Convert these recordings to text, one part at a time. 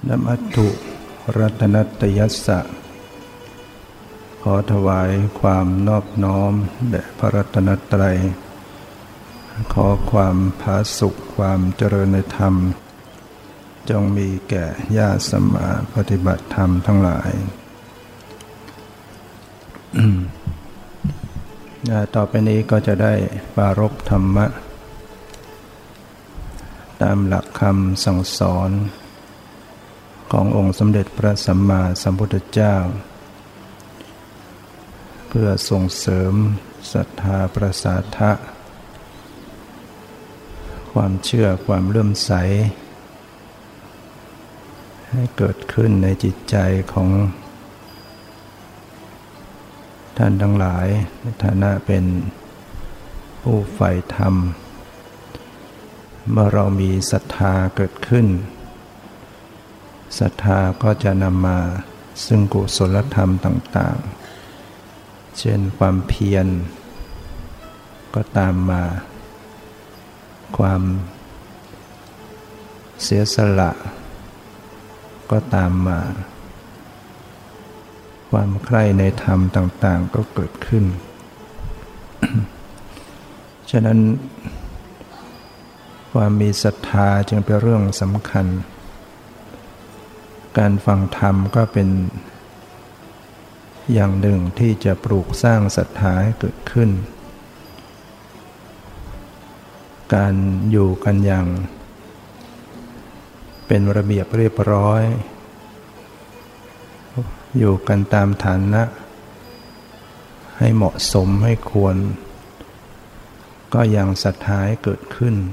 นะมัตถุรัตนัตยัสสะขอถวายความนอบน้อมแด่พระรัตนตรัยขอความผาสุกความเจริญในธรรมจงมีแก่ญาติสัมมาปฏิบัติธรรมทั้งหลายต่อไปนี้ก็จะได้ปรารภธรรมะตามหลักคำสั่งสอนขององค์สมเด็จพระสัมมาสัมพุทธเจ้าเพื่อส่งเสริมศรัทธาประสาทะความเชื่อความเลื่อมใสให้เกิดขึ้นในจิตใจของท่านทั้งหลายในฐานะเป็นผู้ใฝ่ธรรมเมื่อเรามีศรัทธาเกิดขึ้นศรัทธาก็จะนำมาซึ่งกุศลธรรมต่างๆเช่นความเพียรก็ตามมาความเสียสละก็ตามมาความใคร่ในธรรมต่างๆก็เกิดขึ้น ฉะนั้นความมีศรัทธาจึงเป็นเรื่องสำคัญการฟังธรรมก็เป็นอย่างหนึ่งที่จะปลูกสร้างศรัทธาให้เกิดขึ้นการอยู่กันอย่างเป็นระเบียบเรียบร้อยอยู่กันตามฐานะให้เหมาะสมให้ควรก็ยังศรัทธาให้เกิดขึ้น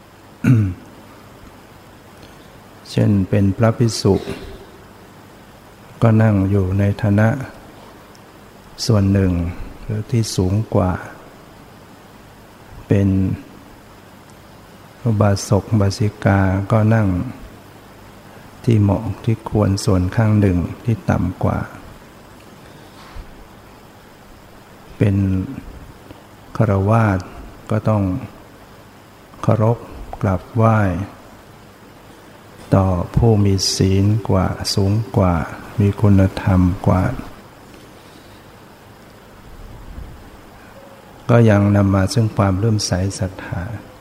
เช่นเป็นพระภิกษุก็นั่งอยู่ในฐานะส่วนหนึ่งหรือที่สูงกว่าเป็นอุบาสกอุบาสิกาก็นั่งที่เหมาะที่ควรส่วนข้างหนึ่งที่ต่ำกว่าเป็นฆราวาสก็ต้องเคารพกราบไหว้ต่อผู้มีศีลกว่าสูงกว่ามีคุณธรรมกว่าก็ยังนำมาซึ่งความเลื่อมใสศรัทธา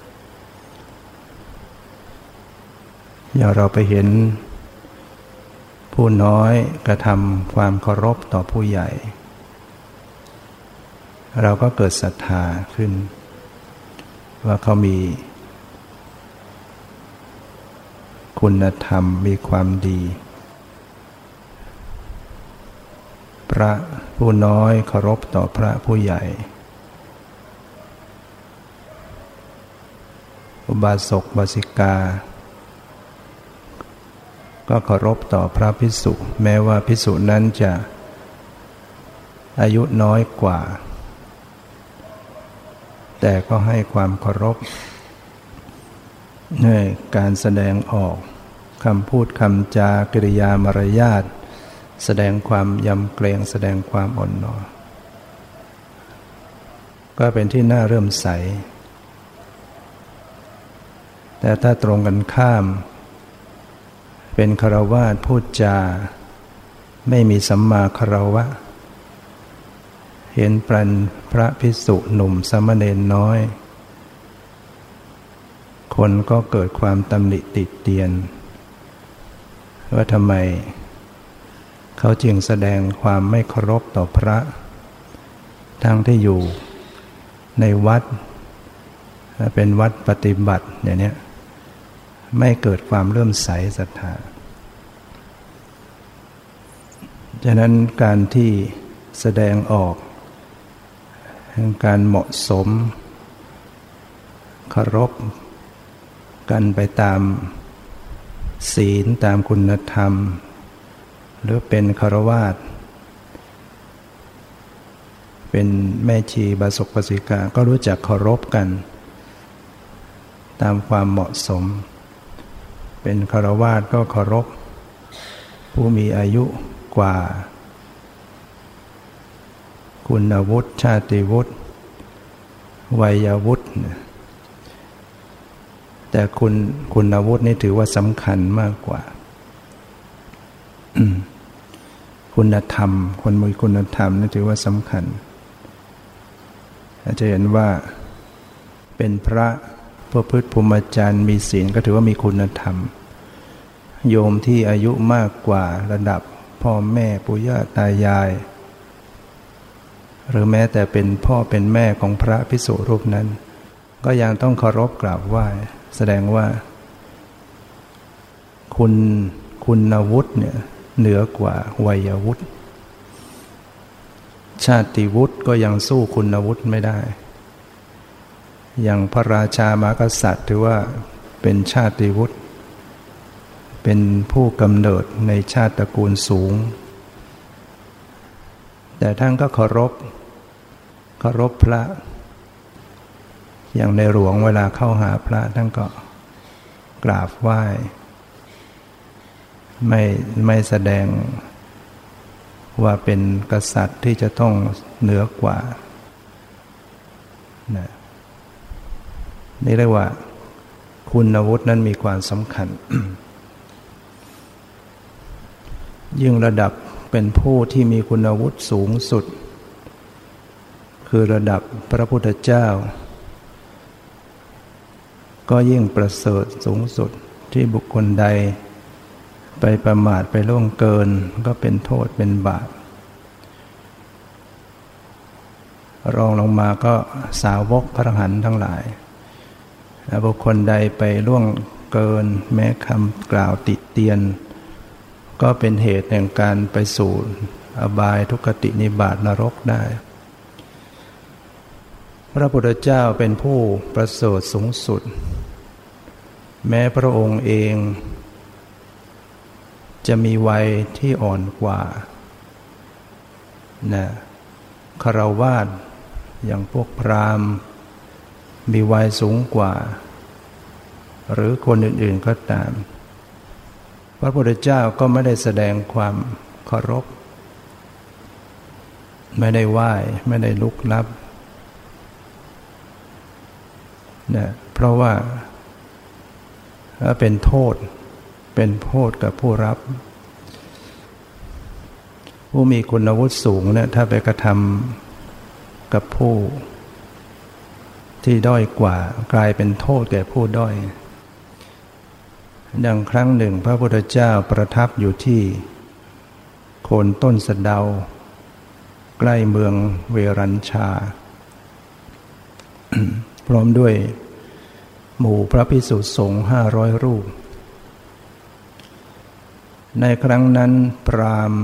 อย่างเราไปเห็นผู้น้อยกระทำความเคารพต่อผู้ใหญ่เราก็เกิดศรัทธาขึ้นว่าเขามีคุณธรรมมีความดีพระผู้น้อยเคารพต่อพระผู้ใหญ่อุบาสกอุบาสิกาก็เคารพต่อพระภิกษุแม้ว่าภิกษุนั้นจะอายุน้อยกว่าแต่ก็ให้ความเคารพในการแสดงออกคำพูดคำจากริยามารยาทแสดงความยำเกรงแสดงความอ่อนน้อมก็เป็นที่น่าเลื่อมใสแต่ถ้าตรงกันข้ามเป็นฆราวาสพูดจาไม่มีสัมมาคารวะเห็นปรันพระภิกษุหนุ่มสามเณรน้อยคนก็เกิดความตำหนิติเตียนว่าทำไมเขาจึงแสดงความไม่เคารพต่อพระทั้งที่อยู่ในวัดเป็นวัดปฏิบัติอย่างนี้ไม่เกิดความเลื่อมใสศรัทธาฉะนั้นการที่แสดงออกการเหมาะสมเคารพกันไปตามศีลตามคุณธรรมหรือเป็นฆราวาสเป็นแม่ชีอุบาสกอุบาสิกาก็รู้จักเคารพกันตามความเหมาะสมเป็นฆราวาสก็เคารพผู้มีอายุกว่าคุณวุฒิชาติวุฒิวัยวุฒิแต่คุณวุฒินี่ถือว่าสำคัญมากกว่าคุณธรรมคนมีคุณธรรมนี่ถือว่าสำคัญอาจจะเห็นว่าเป็นพระประพฤติพรหมจรรย์มีศีลก็ถือว่ามีคุณธรรมโยมที่อายุมากกว่าระดับพ่อแม่ปู่ย่าตายายหรือแม้แต่เป็นพ่อเป็นแม่ของพระภิกษุรูปนั้นก็ยังต้องเคารพกราบไหว้แสดงว่าคุณวุฒิเนี่ยเหนือกว่าวัยวุฒิชาติวุฒิก็ยังสู้คุณวุฒิไม่ได้อย่างพระราชามหากษัตริย์ถือว่าเป็นชาติวุฒิเป็นผู้กำเนิดในชาติตระกูลสูงแต่ท่านก็เคารพพระอย่างในหลวงเวลาเข้าหาพระท่านก็กราบไหว้ไม่แสดงว่าเป็นกษัตริย์ที่จะต้องเหนือกว่านะนี่เรียกว่าคุณวุฒินั้นมีความสำคัญ ยิ่งระดับเป็นผู้ที่มีคุณวุฒิสูงสุดคือระดับพระพุทธเจ้าก็ยิ่งประเสริฐสูงสุดที่บุคคลใดไปประมาทไปล่วงเกินก็เป็นโทษเป็นบาปรองลงมาก็สาวกพระอรหันต์ทั้งหลายบุคคลใดไปล่วงเกินแม้คำกล่าวติเตียนก็เป็นเหตุแห่งการไปสู่อบายทุกขตินิบาตนรกได้พระพุทธเจ้าเป็นผู้ประเสริฐสูงสุดแม้พระองค์เองจะมีวัยที่อ่อนกว่านะฆราวาสอย่างพวกพราหมณ์มีวัยสูงกว่าหรือคนอื่นๆก็ตามพระพุทธเจ้าก็ไม่ได้แสดงความเคารพไม่ได้ไหว้ไม่ได้ลุกลับนะเพราะว่าเป็นโทษกับผู้รับผู้มีคุณวุฒิสูงเนี่ยถ้าไปกระทำกับผู้ที่ด้อยกว่ากลายเป็นโทษแก่ผู้ด้อยดังครั้งหนึ่งพระพุทธเจ้าประทับอยู่ที่โคนต้นสะเดาใกล้เมืองเวรัญชา พร้อมด้วยหมู่พระภิกษุสงฆ์500 รูปในครั้งนั้นพราหมณ์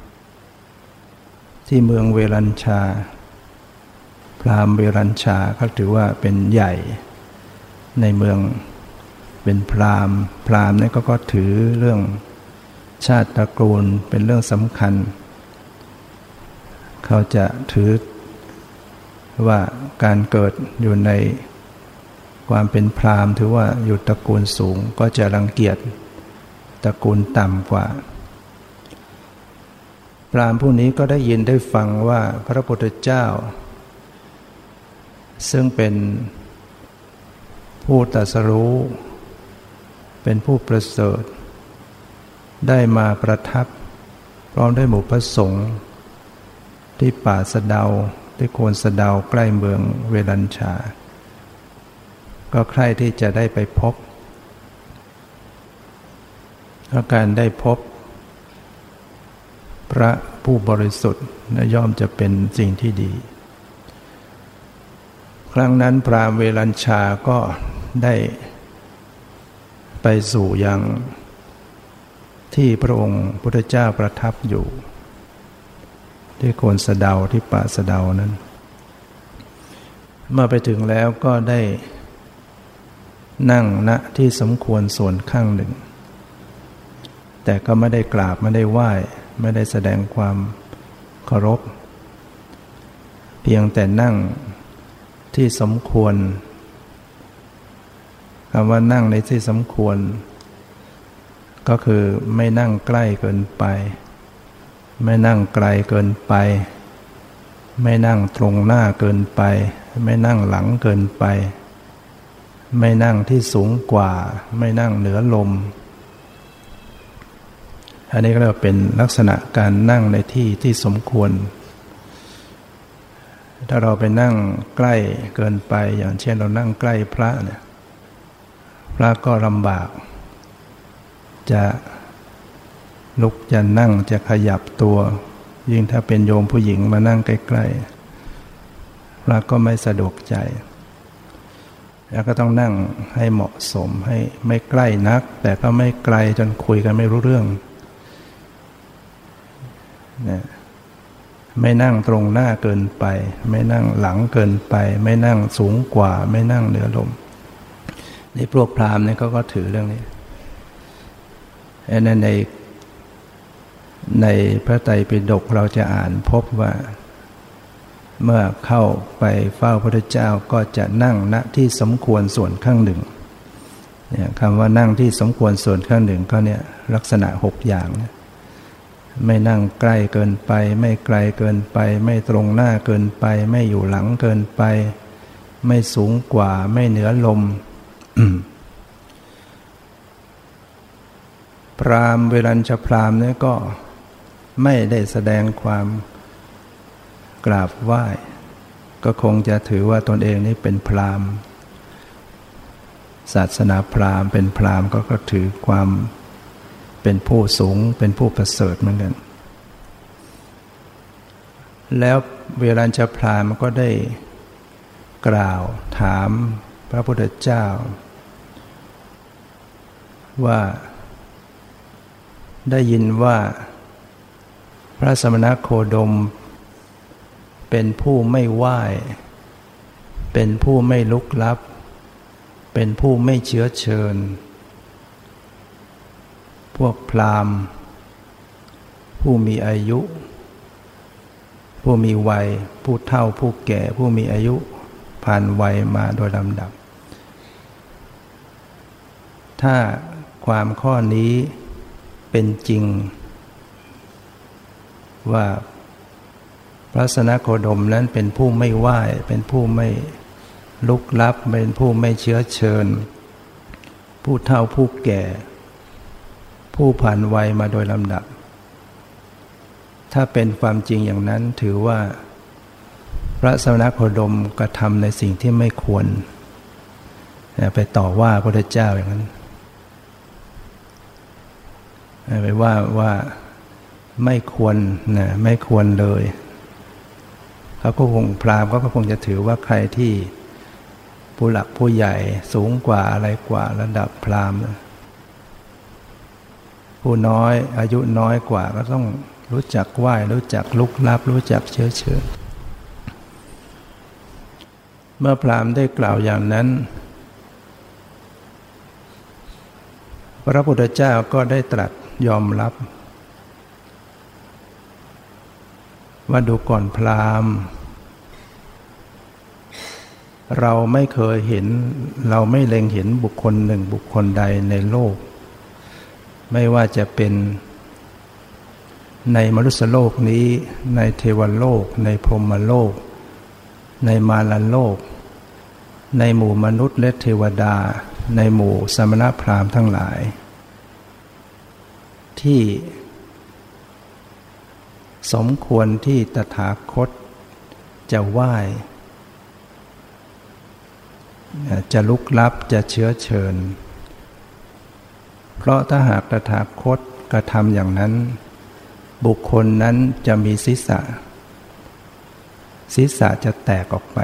ที่เมืองเวรัญชาพราหมณ์เวรัญชาเขาถือว่าเป็นใหญ่ในเมืองเป็นพราหมณ์นี่ก็ถือเรื่องชาติตระกูลเป็นเรื่องสำคัญเขาจะถือว่าการเกิดอยู่ในความเป็นพราหมณ์ถือว่าอยู่ตระกูลสูงก็จะรังเกียจตระกูลต่ำกว่าพราหมณ์ผู้นี้ก็ได้ยินได้ฟังว่าพระพุทธเจ้าซึ่งเป็นผู้ตรัสรู้เป็นผู้ประเสริฐได้มาประทับพร้อมด้วยหมู่พระสงฆ์ที่ป่าสะเดาที่โคนสะเดาใกล้เมืองเวรัญชาก็ใคร่ที่จะได้ไปพบและการได้พบพระผู้บริสุทธิ์ย่อมจะเป็นสิ่งที่ดีครั้งนั้นพราหมณ์เวรัญชาก็ได้ไปสู่ยังที่พระองค์พุทธเจ้าประทับอยู่ที่โคนสะเดาที่ป่าสะเดานั้นเมื่อไปถึงแล้วก็ได้นั่งณที่สมควรส่วนข้างหนึ่งแต่ก็ไม่ได้กราบไม่ได้ไหว้ไม่ได้แสดงความเคารพเพียงแต่นั่งที่สมควรคำว่านั่งในที่สมควรก็คือไม่นั่งใกล้เกินไปไม่นั่งไกลเกินไปไม่นั่งตรงหน้าเกินไปไม่นั่งหลังเกินไปไม่นั่งที่สูงกว่าไม่นั่งเหนือลมอันนี้ก็เรียกว่าเป็นลักษณะการนั่งในที่ที่สมควรถ้าเราไปนั่งใกล้เกินไปอย่างเช่นเรานั่งใกล้พระเนี่ยพระก็ลำบากจะลุกจะนั่งจะขยับตัวยิ่งถ้าเป็นโยมผู้หญิงมานั่งใกล้ๆพระก็ไม่สะดวกใจแล้วก็ต้องนั่งให้เหมาะสมให้ไม่ใกล้นักแต่ก็ไม่ไกลจนคุยกันไม่รู้เรื่องนะไม่นั่งตรงหน้าเกินไปไม่นั่งหลังเกินไปไม่นั่งสูงกว่าไม่นั่งเหนือลมนี่พวกพราหมณ์เนี่ยเขาก็ถือเรื่องนี้ในพระไตรปิฎกเราจะอ่านพบว่าเมื่อเข้าไปเฝ้าพระพุทธเจ้าก็จะนั่งณที่สมควรส่วนข้างหนึ่งเนี่ยคำว่านั่งที่สมควรส่วนข้างหนึ่งก็เนี่ยลักษณะ6อย่างนะไม่นั่งใกล้เกินไปไม่ไกลเกินไปไม่ตรงหน้าเกินไปไม่อยู่หลังเกินไปไม่สูงกว่าไม่เหนือลม พราหมณ์เวรัญชพราหมณ์เนี่ยก็ไม่ได้แสดงความกราบไหว้ก็คงจะถือว่าตนเองนี่เป็นพราหมณ์ศาสนาพราหมณ์เป็นพราหมณ์ก็ถือความเป็นผู้สูงเป็นผู้ประเสริฐเหมือนกันแล้วเวรัญชพราหมณ์ก็ได้กล่าวถามพระพุทธเจ้าว่าได้ยินว่าพระสมณโคดมเป็นผู้ไม่ไหว้เป็นผู้ไม่ลุกลับเป็นผู้ไม่เชื้อเชิญพวกพราหมณ์ผู้มีอายุผู้มีวัยผู้เฒ่าผู้แก่ผู้มีอายุผ่านวัยมาโดยลำดับถ้าความข้อนี้เป็นจริงว่าพระสนโคดมนั้นเป็นผู้ไม่ไหว้เป็นผู้ไม่ลุกลับเป็นผู้ไม่เชื้อเชิญผู้เฒ่าผู้แก่ผู้ผ่านวัยมาโดยลำดับถ้าเป็นความจริงอย่างนั้นถือว่าพระสมณโคดมกระทำในสิ่งที่ไม่ควรไปต่อว่าพระพุทธเจ้าอย่างนั้นไปว่าไม่ควรนะไม่ควรเลยเขาก็คงพราหมณ์ก็คงจะถือว่าใครที่ผู้หลักผู้ใหญ่สูงกว่าอะไรกว่าระดับพราหมณ์ผู้น้อยอายุน้อยกว่าก็ต้องรู้จักไหว้รู้จักลุกลับรู้จักเชื้อเชิญเมื่อพราหมณ์ได้กล่าวอย่างนั้นพระพุทธเจ้าก็ได้ตรัสยอมรับว่าดูก่อนพราหมณ์เราไม่เคยเห็นเราไม่เล็งเห็นบุคคลหนึ่งบุคคลใดในโลกไม่ว่าจะเป็นในมนุษยโลกนี้ในเทวโลกในพรหมโลกในมารโลกในหมู่มนุษย์และเทวดาในหมู่สมณพราหมณ์ทั้งหลายที่สมควรที่ตถาคตจะไหว้จะลุกลับจะเชื้อเชิญเพราะถ้าหากตถาคตกระทำอย่างนั้นบุคคลนั้นจะมีศีรษะจะแตกออกไป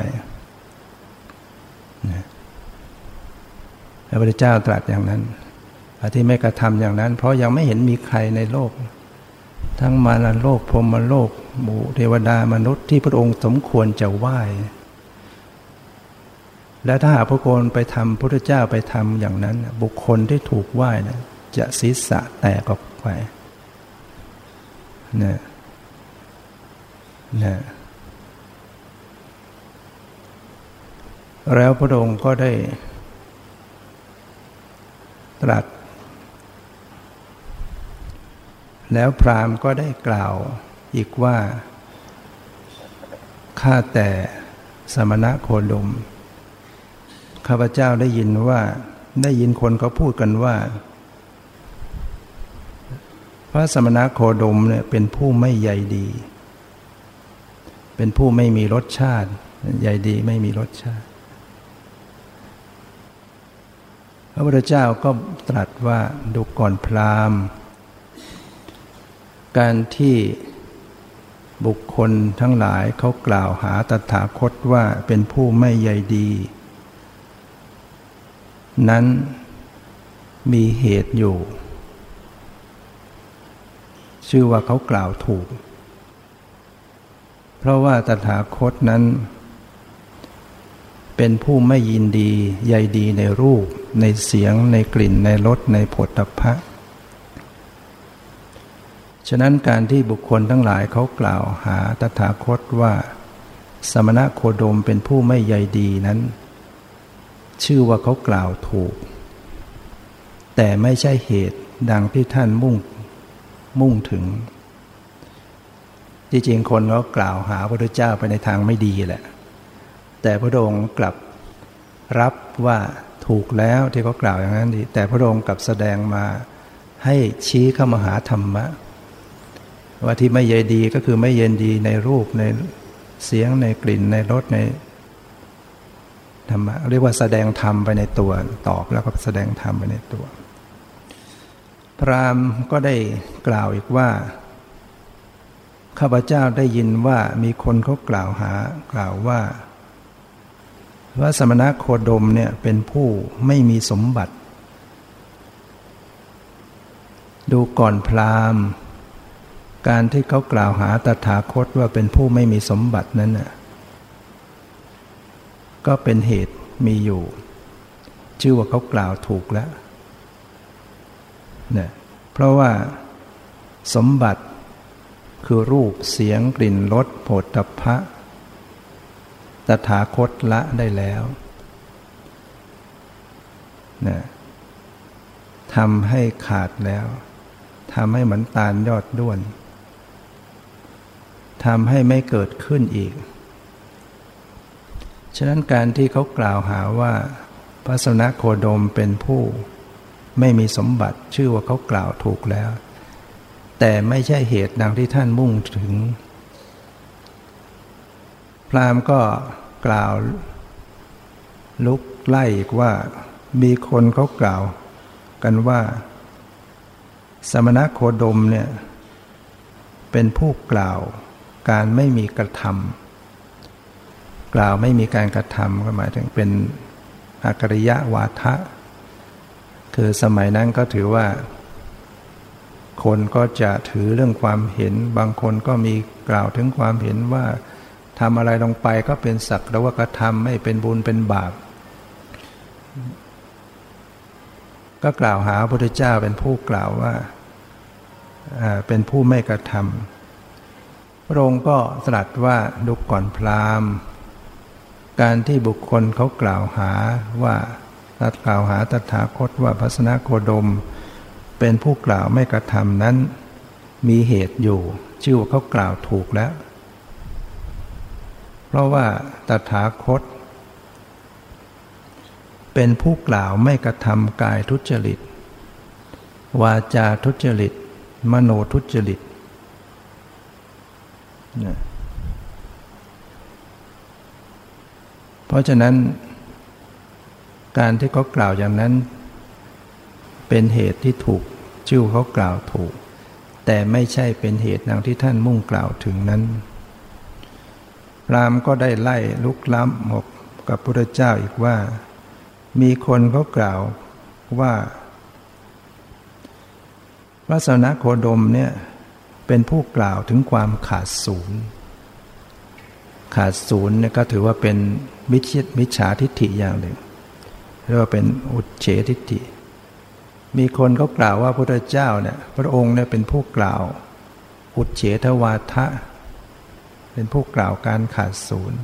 พระพุทธเจ้าตรัสอย่างนั้นที่ไม่กระทำอย่างนั้นเพราะยังไม่เห็นมีใครในโลกทั้งมารโลกพรหมโลกหมู่เทวดามนุษย์ที่พระองค์สมควรจะไหว้และถ้าหากพระโกนไปทำพระพุทธเจ้าไปทำอย่างนั้นบุคคลที่ถูกไหว้นะจะศีรษะแตกออกไปนะแล้วพระองค์ก็ได้ตรัสแล้วพราหมณ์ก็ได้กล่าวอีกว่าข้าแต่สมณโคดมข้าพเจ้าได้ยินคนเขาพูดกันว่าพระสมณโคดมเนี่ยเป็นผู้ไม่ใยดีเป็นผู้ไม่มีรสชาติใยดีไม่มีรสชาติพระพุทธเจ้าก็ตรัสว่าดูก่อนพราหมณ์การที่บุคคลทั้งหลายเขากล่าวหาตถาคตว่าเป็นผู้ไม่ใยดีนั้นมีเหตุอยู่ชื่อว่าเขากล่าวถูกเพราะว่าตถาคตนั้นเป็นผู้ไม่ยินดีใยดีในรูปในเสียงในกลิ่นในรสในโผฏฐัพพะฉะนั้นการที่บุคคลทั้งหลายเขากล่าวหาตถาคตว่าสมณโคดมเป็นผู้ไม่ใยดีนั้นชื่อว่าเขากล่าวถูกแต่ไม่ใช่เหตุดังที่ท่านมุ่งถึงที่จริงคนเขากล่าวหาพระพุทธเจ้าไปในทางไม่ดีแหละแต่พระองค์กลับรับว่าถูกแล้วที่เขากล่าวอย่างนั้นดีแต่พระองค์กลับแสดงมาให้ชี้เข้ามาหาธรรมะว่าที่ไม่ใยดีก็คือไม่เย็นดีในรูปในเสียงในกลิ่นในรสในธรรมะเรียกว่าแสดงธรรมไปในตัวตอบแล้วก็แสดงธรรมไปในตัวพราหมณ์ก็ได้กล่าวอีกว่าข้าพเจ้าได้ยินว่ามีคนเขากล่าวว่าสมณโคดมเนี่ยเป็นผู้ไม่มีสมบัติดูก่อนพราหมณ์การที่เขากล่าวหาตถาคตว่าเป็นผู้ไม่มีสมบัตินั้นน่ะก็เป็นเหตุมีอยู่ชื่อว่าเขากล่าวถูกแล้วเนี่ยเพราะว่าสมบัติคือรูปเสียงกลิ่นรสโผฏฐัพพะตถาคตละได้แล้วเนี่ยทำให้ขาดแล้วทำให้เหมือนตาลยอดด้วนทำให้ไม่เกิดขึ้นอีกฉะนั้นการที่เขากล่าวหาว่าพระสมณโคดมเป็นผู้ไม่มีสมบัติชื่อว่าเขากล่าวถูกแล้วแต่ไม่ใช่เหตุดังที่ท่านมุ่งถึงพราหมณ์ก็กล่าวลุกไล่อีกว่ามีคนเขากล่าวกันว่าสมณโคดมเนี่ยเป็นผู้กล่าวการไม่มีกระทำกล่าวไม่มีการกระทำก็หมายถึงเป็นอกริยวาทะคือสมัยนั้นก็ถือว่าคนก็จะถือเรื่องความเห็นบางคนก็มีกล่าวถึงความเห็นว่าทำอะไรลงไปก็เป็นสักแต่ว่ากระทำไม่เป็นบุญเป็นบาปก็กล่าวหาพระพุทธเจ้าเป็นผู้กล่าวว่าเป็นผู้ไม่กระทำพระองค์ก็ตรัสว่าดูก่อนพราหมณ์การที่บุคคลเขากล่าวหาว่ากล่าวหาตถาคตว่าพระสมณโคดมเป็นผู้กล่าวไม่กระทำนั้นมีเหตุอยู่ชื่อว่าเขากล่าวถูกแล้วเพราะว่าตถาคตเป็นผู้กล่าวไม่กระทำกายทุจริตวาจาทุจริตมโนทุจริตเพราะฉะนั้นการที่เขากล่าวอย่างนั้นเป็นเหตุที่ถูกชื่อเขากล่าวถูกแต่ไม่ใช่เป็นเหตุดังที่ท่านมุ่งกล่าวถึงนั้นพราหมณ์ก็ได้ไล่ลุกล้ำกับพระพุทธเจ้าอีกว่ามีคนเขากล่าวว่าพระสมณโคดมเนี่ยเป็นผู้กล่าวถึงความขาดศูนย์เนี่ยก็ถือว่าเป็นมิจฉาทิฏฐิอย่างหนึ่งเรียกว่าเป็นอุจเฉทิฏฐิมีคนเขากล่าวว่าพระพุทธเจ้าเนี่ยพระองค์เนี่ยเป็นผู้กล่าวอุจเฉทวาทะเป็นผู้กล่าวการขาดศูนย์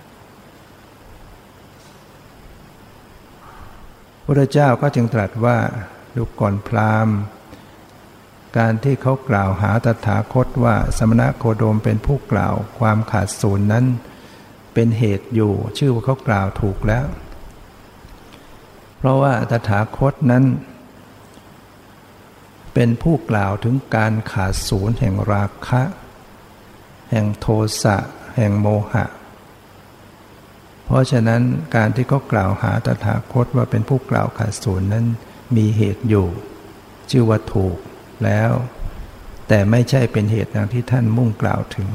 พระพุทธเจ้าก็จึงตรัสว่าดูก่อนพราหมณ์การที่เขากล่าวหาตถาคตว่าสมณโคดมเป็นผู้กล่าวความขาดศูนย์นั้นเป็นเหตุอยู่ชื่อว่าเขากล่าวถูกแล้วเพราะว่าตถาคตนั้นเเป็นผู้กล่าวถึงการขาดศูนย์แห่งราคะแห่งโทสะแห่งโมหะเพราะฉะนั้นการที่เขากล่าวหาตถาคตว่าเป็นผู้กล่าวขาดศูนย์นั้นมีเหตุอยู่ชื่อว่าถูกแล้วแต่ไม่ใช่เป็นเหตุอย่างที่ท่านมุ่งกล่าวถึง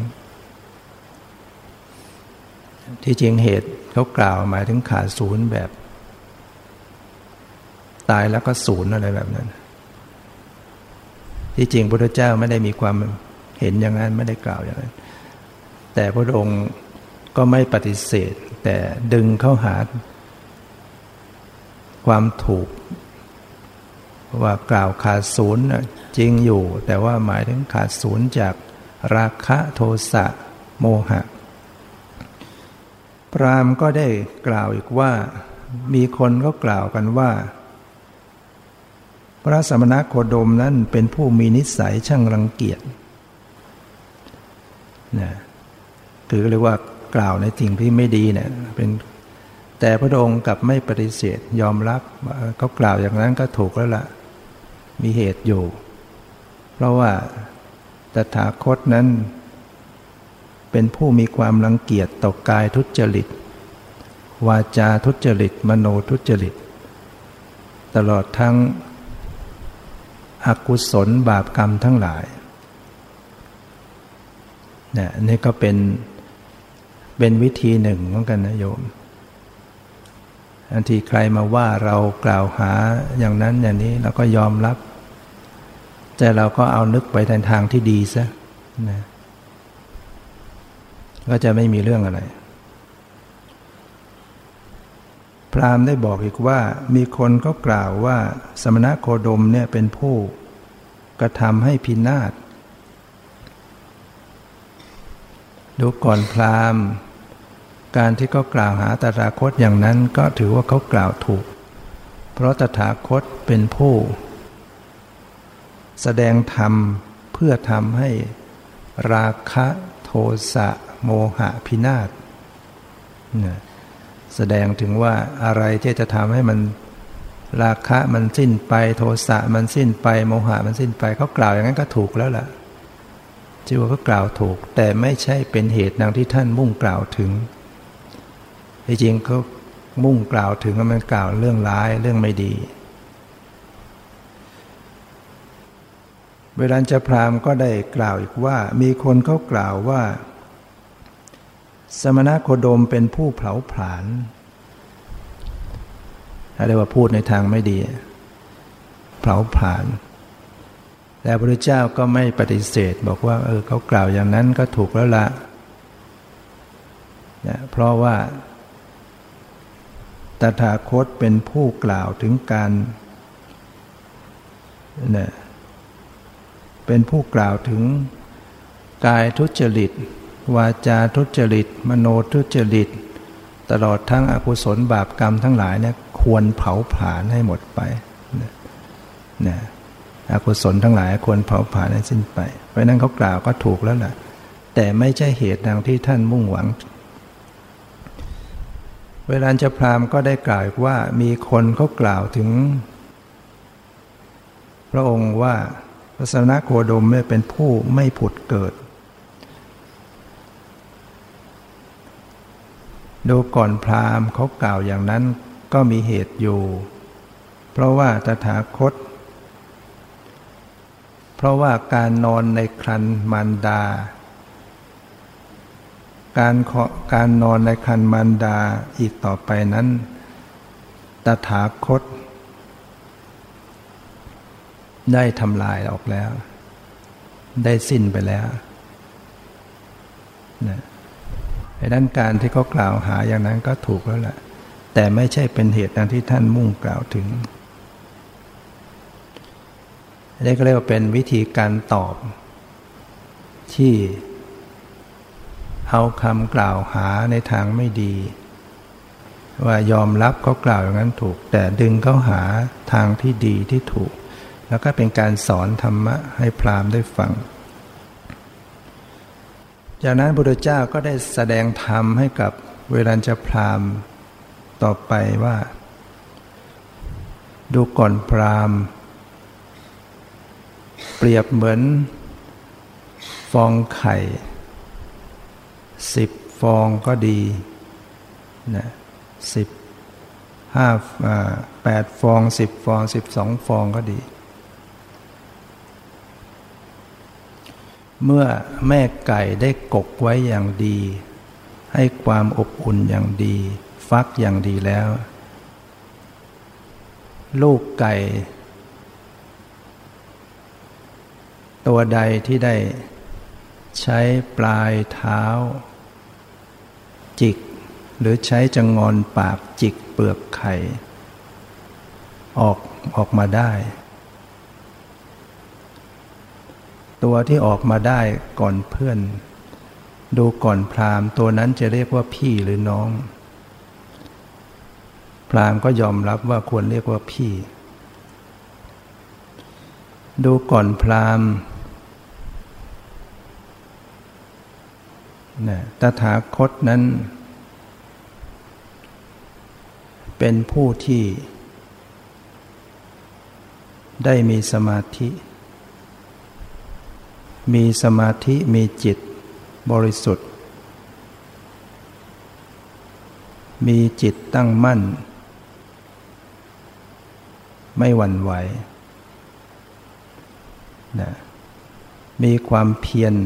ที่จริงเหตุเขากล่าวหมายถึงขาดศูนย์แบบตายแล้วก็ศูนย์อะไรแบบนั้นที่จริงพระพุทธเจ้าไม่ได้มีความเห็นอย่างนั้นไม่ได้กล่าวอย่างนั้นแต่พระองค์ก็ไม่ปฏิเสธแต่ดึงเข้าหาความถูกว่ากล่าวขาดศูนย์จริงอยู่แต่ว่าหมายถึงขาดศูนย์จากราคะโทสะโมหะพราหมณ์ก็ได้กล่าวอีกว่ามีคนก็กล่าวกันว่าพระสมณโคดมนั้นเป็นผู้มีนิสัยช่างรังเกียจนะคือเรียกว่ากล่าวในสิ่งที่ไม่ดีเนี่ยเป็นแต่พระองค์กลับไม่ปฏิเสธยอมรับเขากล่าวอย่างนั้นก็ถูกแล้วล่ะมีเหตุอยู่เพราะว่าตถาคตนั้นเป็นผู้มีความรังเกียจต่อกายทุจริตวาจาทุจริตมโนทุจริตตลอดทั้งอกุศลบาปกรรมทั้งหลายเนี่ยนี่ก็เป็นวิธีหนึ่งเหมือนกันนะโยมอันที่ใครมาว่าเรากล่าวหาอย่างนั้นอย่างนี้เราก็ยอมรับแต่เราก็เอานึกไปในทางที่ดีซะนะก็จะไม่มีเรื่องอะไรพราหมณ์ได้บอกอีกว่ามีคนก็กล่าวว่าสมณโคดมเนี่ยเป็นผู้กระทำให้พินาศดูก่อนพราหมณ์การที่เขากล่าวหาตถาคตอย่างนั้นก็ถือว่าเขากล่าวถูกเพราะตถาคตเป็นผู้แสดงธรรมเพื่อทำให้ราคะโทสะโมหะพินาศแสดงถึงว่าอะไรที่จะทำให้มันราคะมันสิ้นไปโทสะมันสิ้นไปโมหะมันสิ้นไปเขากล่าวอย่างนั้นก็ถูกแล้วล่ะชื่อว่าเขากล่าวถูกแต่ไม่ใช่เป็นเหตุดังที่ท่านมุ่งกล่าวถึงจริงๆเขามุ่งกล่าวถึงว่ามันกล่าวเรื่องร้ายเรื่องไม่ดีเวลาจะพราหมณ์ก็ได้กล่าวอีกว่ามีคนเขากล่าวว่าสมณโคดมเป็นผู้เผาผลาญเรียกว่าพูดในทางไม่ดีเผาผลาญแต่พระพุทธเจ้าก็ไม่ปฏิเสธบอกว่าเขากล่าวอย่างนั้นก็ถูกแล้วละนะเพราะว่าตถาคตเป็นผู้กล่าวถึงการนะเป็นผู้กล่าวถึงกายทุจริตวาจาทุจริตมโนทุจริตตลอดทั้งอกุศลบาปกรรมทั้งหลายเนี่ยควรเผาผลาญให้หมดไปนะอกุศลทั้งหลายควรเผาผลาญให้สิ้นไปเพราะนั้นเขากล่าวก็ถูกแล้วล่ะแต่ไม่ใช่เหตุดังที่ท่านมุ่งหวังเวลาจะพราหมณ์ก็ได้กล่าวว่ามีคนเขากล่าวถึงพระองค์ว่าพระสมณโคดมเป็นผู้ไม่ผุดเกิดดูก่อนพราหมณ์เขากล่าวอย่างนั้นก็มีเหตุอยู่เพราะว่าตถาคตเพราะว่าการนอนในครรภ์มารดาการนอนในครรภ์มารดาอีกต่อไปนั้นตถาคตได้ทำลายออกแล้วได้สิ้นไปแล้วนะดังนั้นการที่เขากล่าวหาอย่างนั้นก็ถูกแล้วแหละแต่ไม่ใช่เป็นเหตุดังที่ท่านมุ่งกล่าวถึงนี่ก็เรียกว่าเป็นวิธีการตอบที่เอาคำกล่าวหาในทางไม่ดีว่ายอมรับเขากล่าวอย่างนั้นถูกแต่ดึงเขาหาทางที่ดีที่ถูกแล้วก็เป็นการสอนธรรมะให้พราหมณ์ได้ฟังจากนั้นพระพุทธเจ้าก็ได้แสดงธรรมให้กับเวรัญชพราหมณ์ต่อไปว่าดูก่อนพราหมณ์เปรียบเหมือนฟองไข่10 ฟองก็ดีนะ8 ฟอง10 ฟอง12 ฟองก็ดีเมื่อแม่ไก่ได้กกไว้อย่างดีให้ความอบอุ่นอย่างดีฟักอย่างดีแล้วลูกไก่ตัวใดที่ได้ใช้ปลายเท้าจิกหรือใช้จงอนปากจิกเปลือกไข่ออกมาได้ตัวที่ออกมาได้ก่อนเพื่อนดูก่อนพราหมณ์ตัวนั้นจะเรียกว่าพี่หรือน้องพราหมณ์ก็ยอมรับว่าควรเรียกว่าพี่ดูก่อนพราหมณ์ตถาคตนั้นเป็นผู้ที่ได้มีสมาธิมีจิตบริสุทธิ์มีจิตตั้งมั่นไม่หวั่นไหวมีความเพียร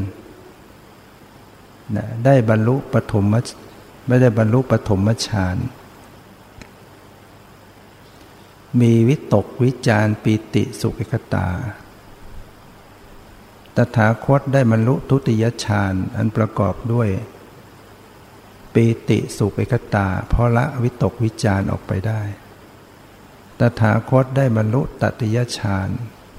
ได้บรรลุไม่ได้บรรลุปฐมฌานมีวิตกวิจารปิติสุขเอกตาตถาคตได้บรรลุทุติยฌานอันประกอบด้วยปิติสุขเอกตาเพราะละวิตกวิจารออกไปได้ตถาคตได้บรรลุตติยฌาน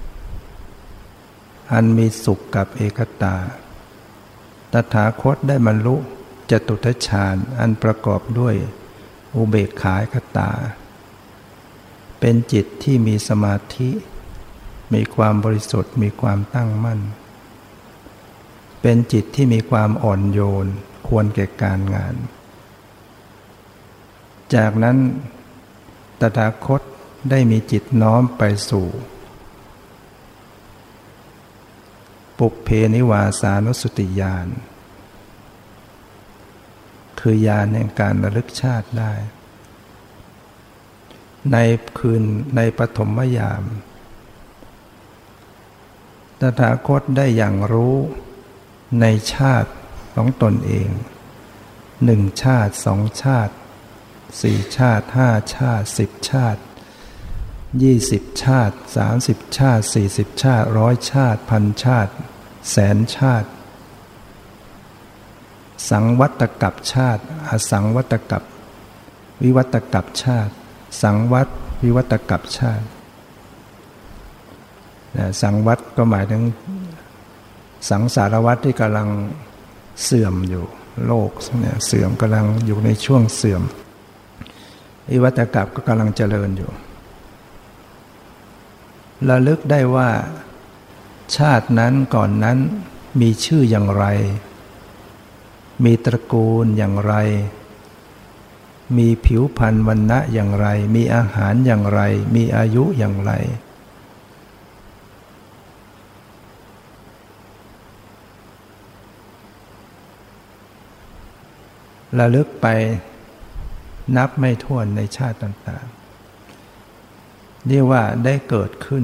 อันมีสุขกับเอกตาตถาคตได้บรรลุจตุตฌานอันประกอบด้วยอุเบกขาเอกตาเป็นจิตที่มีสมาธิมีความบริสุทธิ์มีความตั้งมั่นเป็นจิตที่มีความอ่อนโยนควรแก่การงานจากนั้นตถาคตได้มีจิตน้อมไปสู่ปุพเพนิวาสานุสติญาณคือญาณแห่งการระลึกชาติได้ในปฐมยามตถาคตได้อย่างรู้ในชาติของตนเอง1 ชาติ2 ชาติ4 ชาติ5 ชาติ10 ชาติ20 ชาติ30 ชาติ40 ชาติ100 ชาติ1,000 ชาติ100,000 ชาติสังวัตกัปชาติอสังวัตกัปวิวัตกัปชาติสังวัตวิวัตกัปชาติสังวัตก็หมายถึงสังสารวัฏที่กำลังเสื่อมอยู่โลกเนี่ยเสื่อมกำลังอยู่ในช่วงเสื่อมวิวัตกัปก็กำลังเจริญอยู่ระลึกได้ว่าชาตินั้นก่อนนั้นมีชื่ออย่างไรมีตระกูลอย่างไรมีผิวพรรณวรรณะอย่างไรมีอาหารอย่างไรมีอายุอย่างไรระลึกไปนับไม่ถ้วนในชาติต่างๆเรียกว่าได้เกิดขึ้น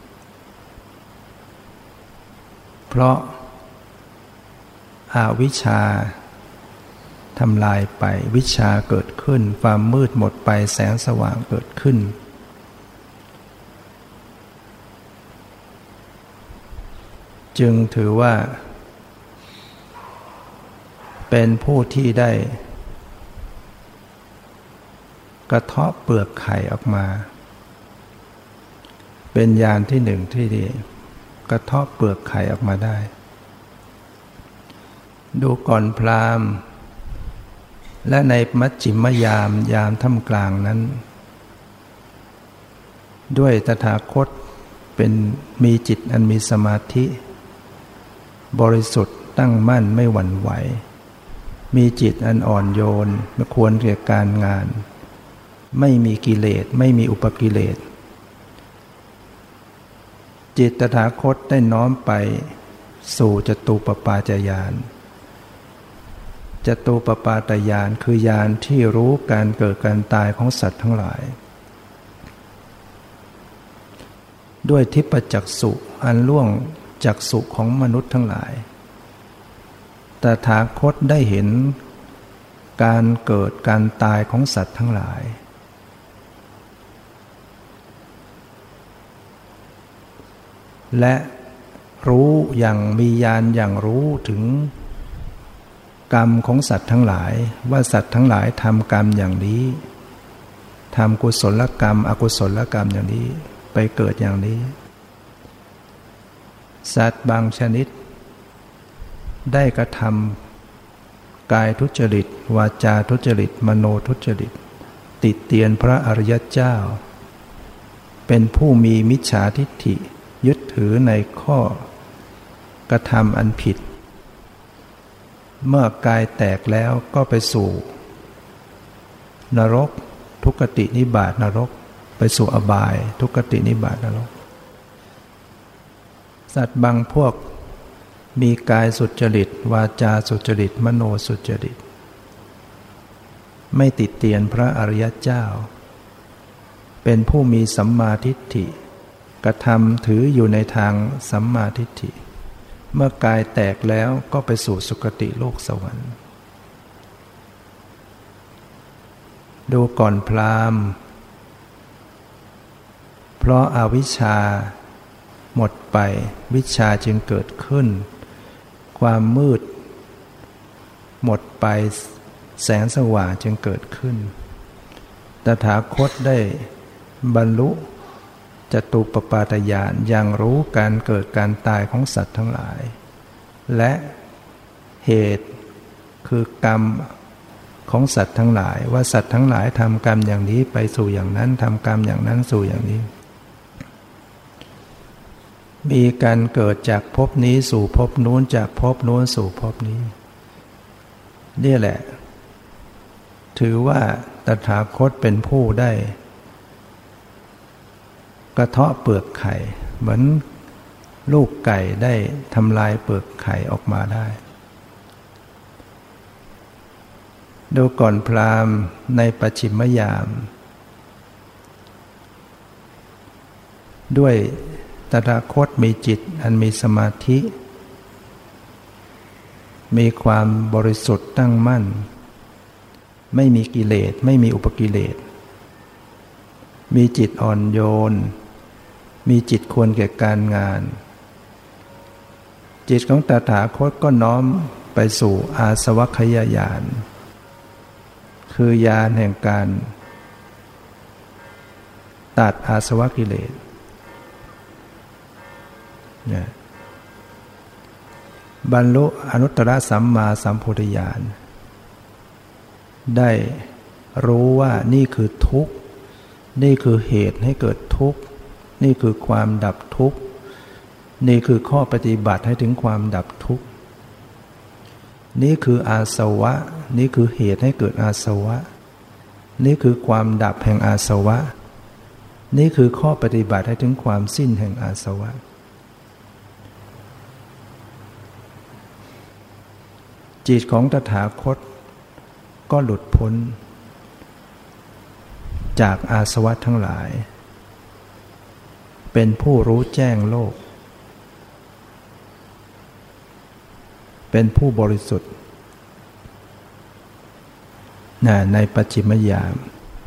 เพราะอวิชชาทำลายไปวิชชาเกิดขึ้นความมืดหมดไปแสงสว่างเกิดขึ้นจึงถือว่าเป็นผู้ที่ได้กระเทาะเปลือกไข่ออกมาเป็นญาณที่1ที่ดีกระเทาะเปลือกไข่ออกมาได้ดูก่อนพราหมณ์และในมัชฌิมยามท่ามกลางนั้นด้วยตถาคตมีจิตอันมีสมาธิบริสุทธิ์ตั้งมั่นไม่หวั่นไหวมีจิตอันอ่อนโยนไม่ควรแก่การงานไม่มีกิเลสไม่มีอุปกิเลสจิตตถาคตได้น้อมไปสู่จตุปปาจญาณจตุปปาตญาณคือญาณที่รู้การเกิดการตายของสัตว์ทั้งหลายด้วยทิพจักษุอันล่วงจักษุของมนุษย์ทั้งหลายตถาคตได้เห็นการเกิดการตายของสัตว์ทั้งหลายและรู้อย่างมีญาณอย่างรู้ถึงกรรมของสัตว์ทั้งหลายว่าสัตว์ทั้งหลายทำกรรมอย่างนี้ทำกุศลกรรมอกุศลกรรมอย่างนี้ไปเกิดอย่างนี้สัตว์บางชนิดได้กระทำกายทุจริตวาจาทุจริตมโนทุจริตติเตียนพระอริยเจ้าเป็นผู้มีมิจฉาทิฏฐิยึดถือในข้อกระทำอันผิดเมื่อกายแตกแล้วก็ไปสู่นรกทุกขตินิบาตนรกไปสู่อบายทุกขตินิบาตนรกสัตว์บางพวกมีกายสุจริตวาจาสุจริตมโนสุจริตไม่ติเตียนพระอริยเจ้าเป็นผู้มีสัมมาทิฏฐิกระทำถืออยู่ในทางสัมมาทิฏฐิเมื่อกายแตกแล้วก็ไปสู่สุคติโลกสวรรค์ดูก่อนพราหมณ์เพราะอวิชชาหมดไปวิชชาจึงเกิดขึ้นความมืดหมดไปแสงสว่างจึงเกิดขึ้นตถาคตได้บรรลุจตุปปาตญาณยังรู้การเกิดการตายของสัตว์ทั้งหลายและเหตุคือกรรมของสัตว์ทั้งหลายว่าสัตว์ทั้งหลายทำกรรมอย่างนี้ไปสู่อย่างนั้นทำกรรมอย่างนั้นสู่อย่างนี้มีการเกิดจากภพนี้สู่ภพนู้นจากภพนู้นสู่ภพนี้นี่แหละถือว่าตถาคตเป็นผู้ได้กระเทาะเปลือกไข่เหมือนลูกไก่ได้ทำลายเปลือกไข่ออกมาได้ดูก่อนพราหมณ์ในปัจฉิมยามด้วยตถาคตมีจิตอันมีสมาธิมีความบริสุทธิ์ตั้งมั่นไม่มีกิเลสไม่มีอุปกิเลสมีจิตอ่อนโยนมีจิตควรแก่การงานจิตของตถาคตก็น้อมไปสู่อาสวัคยญาณคือญาณแห่งการตัดอาสวะกิเลสบรรลุอนุตตรสัมมาสัมโพธิญาณได้รู้ว่านี่คือทุกข์นี่คือเหตุให้เกิดทุกข์นี่คือความดับทุกข์นี่คือข้อปฏิบัติให้ถึงความดับทุกข์นี่คืออาสวะนี่คือเหตุให้เกิดอาสวะนี่คือความดับแห่งอาสวะนี่คือข้อปฏิบัติให้ถึงความสิ้นแห่งอาสวะจิตของตถาคตก็หลุดพ้นจากอาสวะทั้งหลายเป็นผู้รู้แจ้งโลกเป็นผู้บริสุทธิ์ในปัจฉิมยาม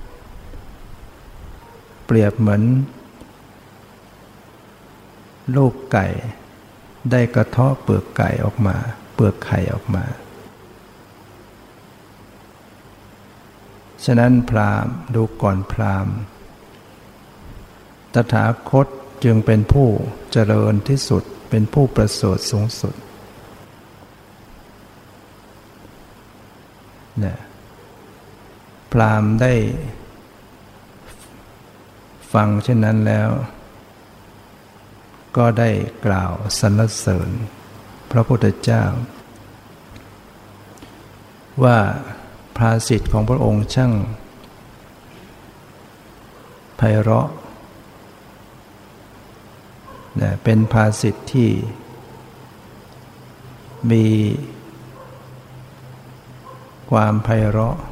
เปรียบเหมือนลูกไก่ได้กระเทาะเปลือกไก่ออกมาเปลือกไข่ออกมาฉะนั้นพราหมณ์ดูก่อนพราหมณ์ตถาคตจึงเป็นผู้เจริญที่สุดเป็นผู้ประเสริฐสูงสุดเนี่ยพราหมณ์ได้ฟังเช่นนั้นแล้วก็ได้กล่าวสรรเสริญพระพุทธเจ้าว่าภาษิตของพระองค์ช่างไพเราะเป็นภาษิตที่มีความไพเราะ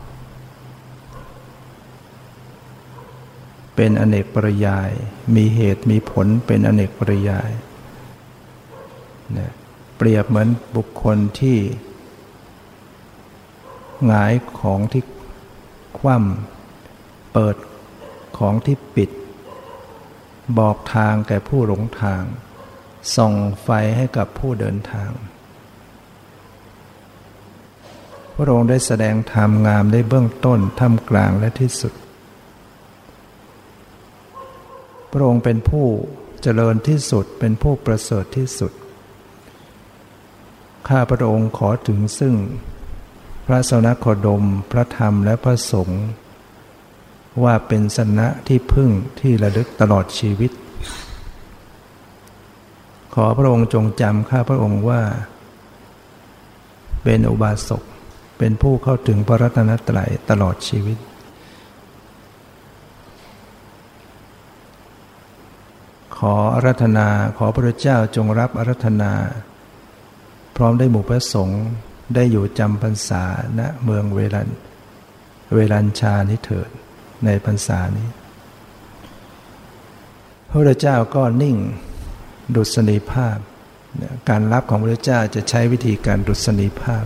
เป็นอเนกปริยายมีเหตุมีผลเป็นอเนกปริยายเปรียบเหมือนบุคคลที่หงายของที่คว่ำเปิดของที่ปิดบอกทางแก่ผู้หลงทางส่องไฟให้กับผู้เดินทางพระองค์ได้แสดงธรรมงามได้เบื้องต้นท่ามกลางและที่สุดพระองค์เป็นผู้เจริญที่สุดเป็นผู้ประเสริฐที่สุดข้าพระองค์ขอถึงซึ่งพระสนโคดมพระธรรมและพระสงฆ์ว่าเป็นสนะที่พึ่งที่ระลึกตลอดชีวิตขอพระองค์จงจำข้าพระองค์ว่าเป็นอุบาสกเป็นผู้เข้าถึงพระรัตนตรัยตลอดชีวิตขออาราธนาขอพระเจ้าจงรับอาราธนาพร้อมได้หมู่พระสงฆ์ได้อยู่จำพรรษาณเมืองเวรัญชานี้เถิดในพรรษานี้พระพุทธเจ้าก็นิ่งดุษณีภาพการรับของพระพุทธเจ้าจะใช้วิธีการดุษณีภาพ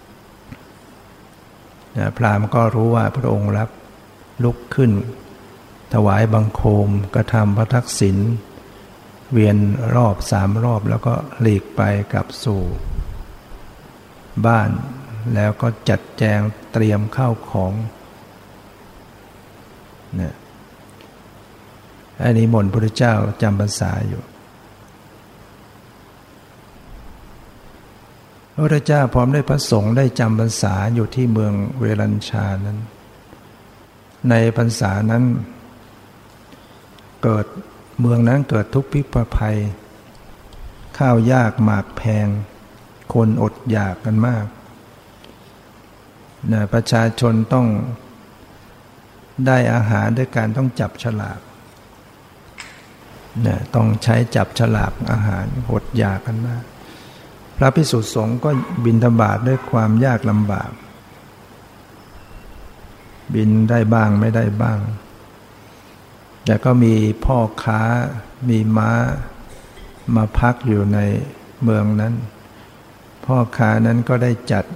พราหมณ์ก็รู้ว่าพระองค์รับลุกขึ้นถวายบังคมกระทำพระทักษิณเวียนรอบ3 รอบแล้วก็หลีกไปกลับสู่บ้านแล้วก็จัดแจงเตรียมข้าวของอันนี้มนต์พระพุทธเจ้าจำพรรษาอยู่พระพุทธเจ้าพร้อมด้วยพระสงฆ์ได้จำพรรษาอยู่ที่เมืองเวรัญชานั้นในพรรษานั้นเกิดเมืองนั้นเกิดทุกข์พิกภัยข้าวยากหมากแพงคนอดอยากกันมากประชาชนต้องได้อาหารด้วยการต้องจับฉลากต้องใช้จับฉลากอาหารอดอยากกันมากพระภิกษุสงฆ์ก็บิณฑบาตด้วยความยากลำบากบินได้บ้างไม่ได้บ้างแต่ก็มีพ่อค้ามีม้ามาพักอยู่ในเมืองนั้นพ่อค้านั้นก็ได้จัด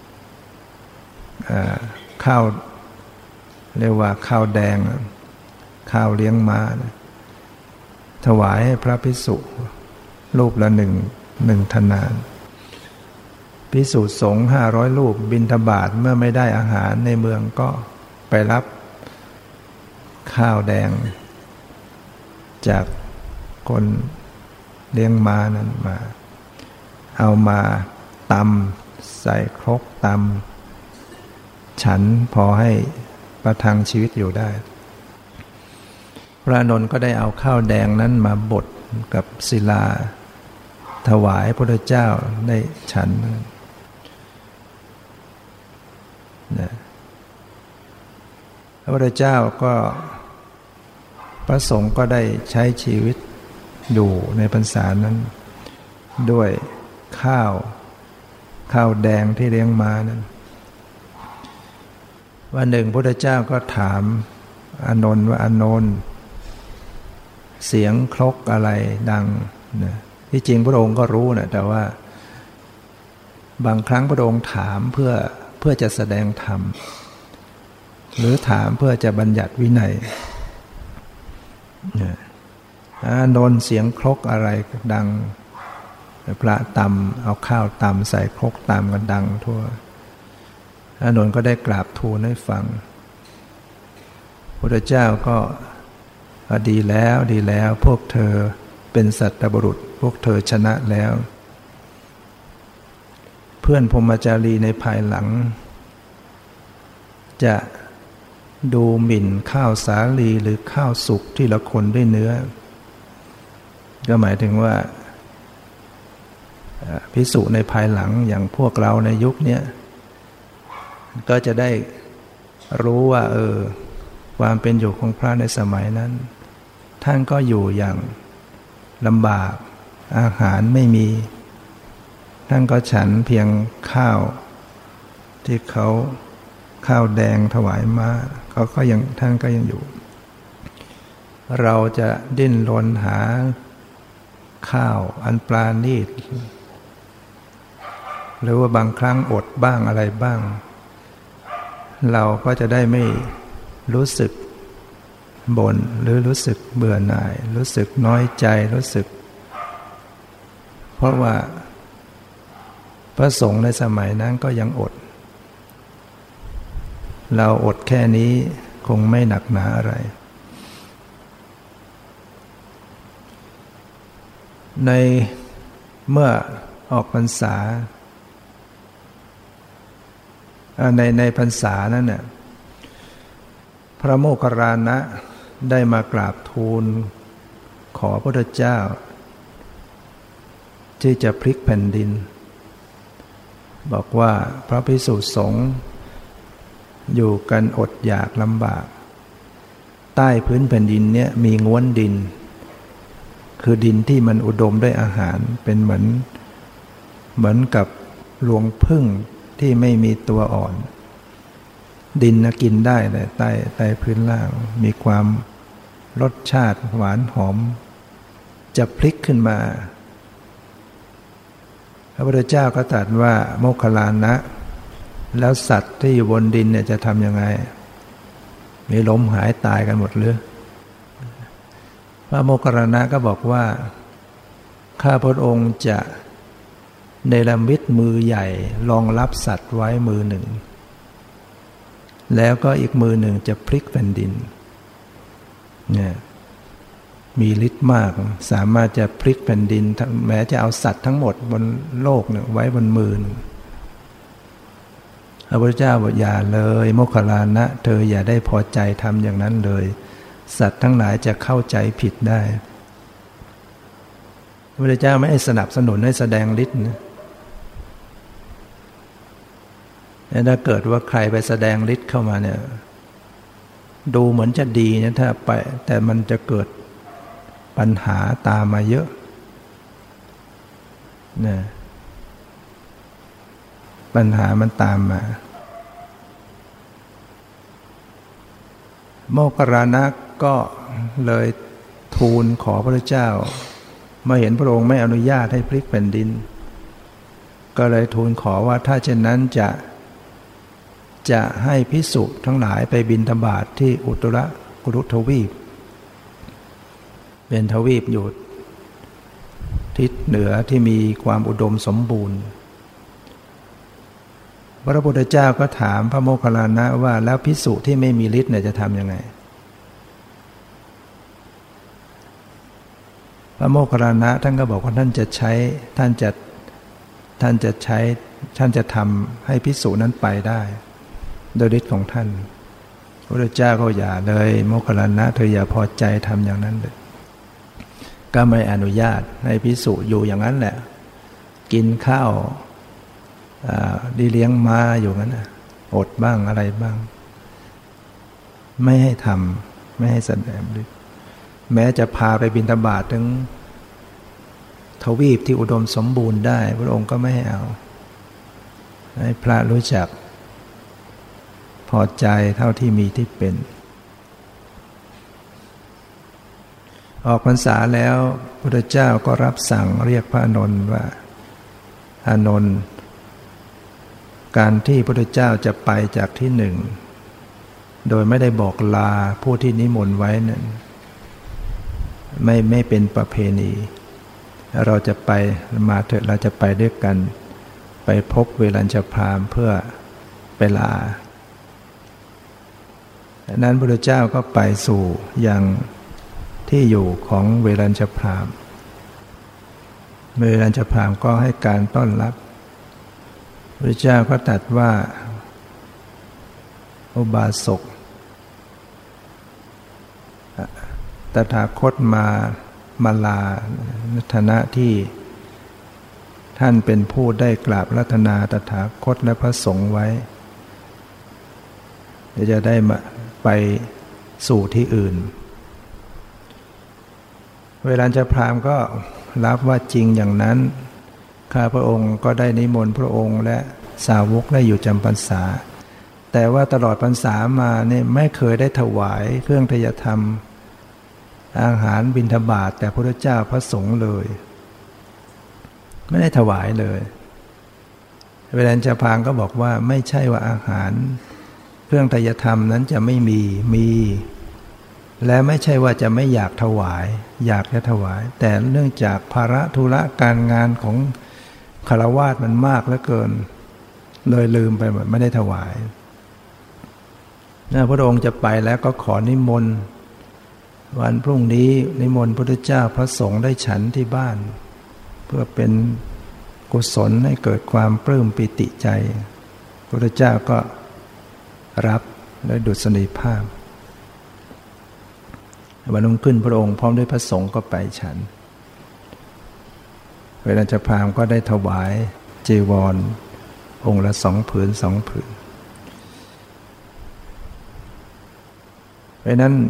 ข้าวเรียกว่าข้าวแดงข้าวเลี้ยงม้าถวายให้พระภิกษุรูปละหนึ่งทนานภิกษุสงฆ์500 รูปบิณฑบาตเมื่อไม่ได้อาหารในเมืองก็ไปรับข้าวแดงจากคนเลี้ยงม้านั้นมาเอามาตำใส่ครกตำฉันพอให้ประทังชีวิตอยู่ได้พระอานนท์ก็ได้เอาข้าวแดงนั้นมาบดกับศิลาถวายพระพุทธเจ้าได้ฉันพระพุทธเจ้าก็พระสงฆ์ก็ได้ใช้ชีวิตอยู่ในพรรษานั้นด้วยข้าวแดงที่เลี้ยงม้านั้นวันหนึ่งพระพุทธเจ้าก็ถามอานนท์ว่าอานนท์เสียงครกอะไรดังนะที่จริงพระองค์ก็รู้นะแต่ว่าบางครั้งพระองค์ถามเพื่อจะแสดงธรรมหรือถามเพื่อจะบัญญัติวินัยอานนท์เสียงครกอะไรดังพระตำเอาข้าวตำใส่ครกตำกันดังทั่วอานนท์ก็ได้กราบทูลให้ฟังพระพุทธเจ้าก็ดีแล้วพวกเธอเป็นสัตบุรุษพวกเธอชนะแล้วเพื่อนพรหมจารีในภายหลังจะดูหมิ่นข้าวสาลีหรือข้าวสุกที่ละคนด้วยเนื้อก็หมายถึงว่าภิกษุในภายหลังอย่างพวกเราในยุคนี้ก็จะได้รู้ว่าความเป็นอยู่ของพระในสมัยนั้นท่านก็อยู่อย่างลำบากอาหารไม่มีท่านก็ฉันเพียงข้าวที่เขาข้าวแดงถวายม้าเขาก็ยังท่านก็ยังอยู่เราจะดิ้นรนหาข้าวอันปราณีตหรือว่าบางครั้งอดบ้างอะไรบ้างเราก็จะได้ไม่รู้สึกบ่นหรือรู้สึกเบื่อหน่ายรู้สึกน้อยใจรู้สึกเพราะว่าพระสงฆ์ในสมัยนั้นก็ยังอดเราอดแค่นี้คงไม่หนักหนาอะไรในเมื่อออกพรรษาในพรรษานั้นเนี่ยพระโมคคัลลานะได้มากราบทูลขอพระพุทธเจ้าที่จะพลิกแผ่นดินบอกว่าพระภิกษุสงฆ์อยู่กันอดอยากลำบากใต้พื้นแผ่นดินเนี่ยมีง้วนดินคือดินที่มันอุดมด้วยอาหารเป็นเหมือนกับรวงผึ้งที่ไม่มีตัวอ่อนดินกินได้แต่ใต้พื้นล่างมีความรสชาติหวานหอมจะพลิกขึ้นมาพระพุทธเจ้าก็ตรัสว่าโมคคัลลานะแล้วสัตว์ที่อยู่บนดินเนี่ยจะทำยังไงมีล้มหายตายกันหมดหรือพระโมคคัลลานะก็บอกว่าข้าพระองค์จะเนรมิตมือใหญ่รองรับสัตว์ไว้มือหนึ่งแล้วก็อีกมือหนึ่งจะพลิกแผ่นดินเนี่ยมีฤทธิ์มากสามารถจะพลิกแผ่นดินแม้จะเอาสัตว์ทั้งหมดบนโลกเนี่ยไว้บนมือพระพุทธเจ้าบอกอย่าเลยโมคคัลลานะเธออย่าได้พอใจทำอย่างนั้นเลยสัตว์ทั้งหลายจะเข้าใจผิดได้พระพุทธเจ้าไม่ได้สนับสนุนให้แสดงฤทธิ์นะถ้าเกิดว่าใครไปแสดงฤทธิ์เข้ามาเนี่ยดูเหมือนจะดีนะถ้าไปแต่มันจะเกิดปัญหาตามมาเยอะนะปัญหามันตามมาโมคคัลลานะก็เลยทูลขอพระเจ้ามาเห็นพระองค์ไม่อนุญาตให้พลิกแผ่นดินก็เลยทูลขอว่าถ้าเช่นนั้นจะให้ภิกษุทั้งหลายไปบิณฑบาตที่อุตรกุรุทวีปเป็นทวีปอยู่ทิศเหนือที่มีความอุดมสมบูรณ์พระพุทธเจ้าก็ถามพระโมคคัลลานะว่าแล้วภิกษุที่ไม่มีฤทธิ์เนี่ยจะทำยังไงพระโมคคัลลานะท่านก็บอกว่าท่านจะทำให้ภิกษุนั้นไปได้โดยฤทธิ์ของท่านพระพุทธเจ้าก็อย่าเลยโมคคัลลานะเธออย่าพอใจทำอย่างนั้นเลยก็ไม่อนุญาตให้ภิกษุอยู่อย่างนั้นแหละกินข้าวดีเลี้ยงม้าอยู่งั้นอดบ้างอะไรบ้างไม่ให้ทำไม่ให้แสดงฤทธิ์แม้จะพาไปบิณฑบาตถึงทวีปที่อุดมสมบูรณ์ได้พระองค์ก็ไม่ให้เอาให้พระรู้จักพอใจเท่าที่มีที่เป็นออกพรรษาแล้วพระพุทธเจ้าก็รับสั่งเรียกพระอานนท์ว่าอานนท์การที่พระพุทธเจ้าจะไปจากที่หนึ่งโดยไม่ได้บอกลาผู้ที่นิมนต์ไว้นั้นไม่เป็นประเพณีเราจะไปมาเถิดเราจะไปด้วยกันไปพบเวรัญชพราหมณ์เพื่อไปลาดังนั้นพระพุทธเจ้าก็ไปสู่ยังที่อยู่ของเวรัญชพราหมณ์เวรัญชพราหมณ์ก็ให้การต้อนรับพระเจ้าก็ตรัสว่าอุบาสกตถาคตมาลาในฐานะที่ท่านเป็นผู้ได้กราบรัตนาตถาคตและพระสงฆ์ไว้จะได้มาไปสู่ที่อื่นเวลาจะพราหมณ์ก็รับว่าจริงอย่างนั้นข้าพระองค์ก็ได้นิมนต์พระองค์และสาวกได้อยู่จำพรรษาแต่ว่าตลอดพรรษามาเนี่ยไม่เคยได้ถวายเครื่องทยธรรมอาหารบิณฑบาตแต่พระพุทธเจ้าพระสงฆ์เลยไม่ได้ถวายเลยเวลาจะพางก็บอกว่าไม่ใช่ว่าอาหารเครื่องทยธรรมนั้นจะไม่มีและไม่ใช่ว่าจะไม่อยากถวายอยากจะถวายแต่เนื่องจากภาระธุระการงานของฆราวาสมันมากเหลือเกินเลยลืมไปหมดไม่ได้ถวายพระองค์จะไปแล้วก็ขอนิมนต์วันพรุ่งนี้นิมนต์พระพุทธเจ้าพระสงฆ์ได้ฉันที่บ้านเพื่อเป็นกุศลให้เกิดความปลื้มปิติใจพระพุทธเจ้าก็รับและดุษณีภาพวันรุ่งขึ้นพระองค์พร้อมด้วยพระสงฆ์ก็ไปฉันเวลาจะพราหมณ์ก็ได้ถวายจีวรองค์ละ2 ผืน2 ผืนเพราะนั้น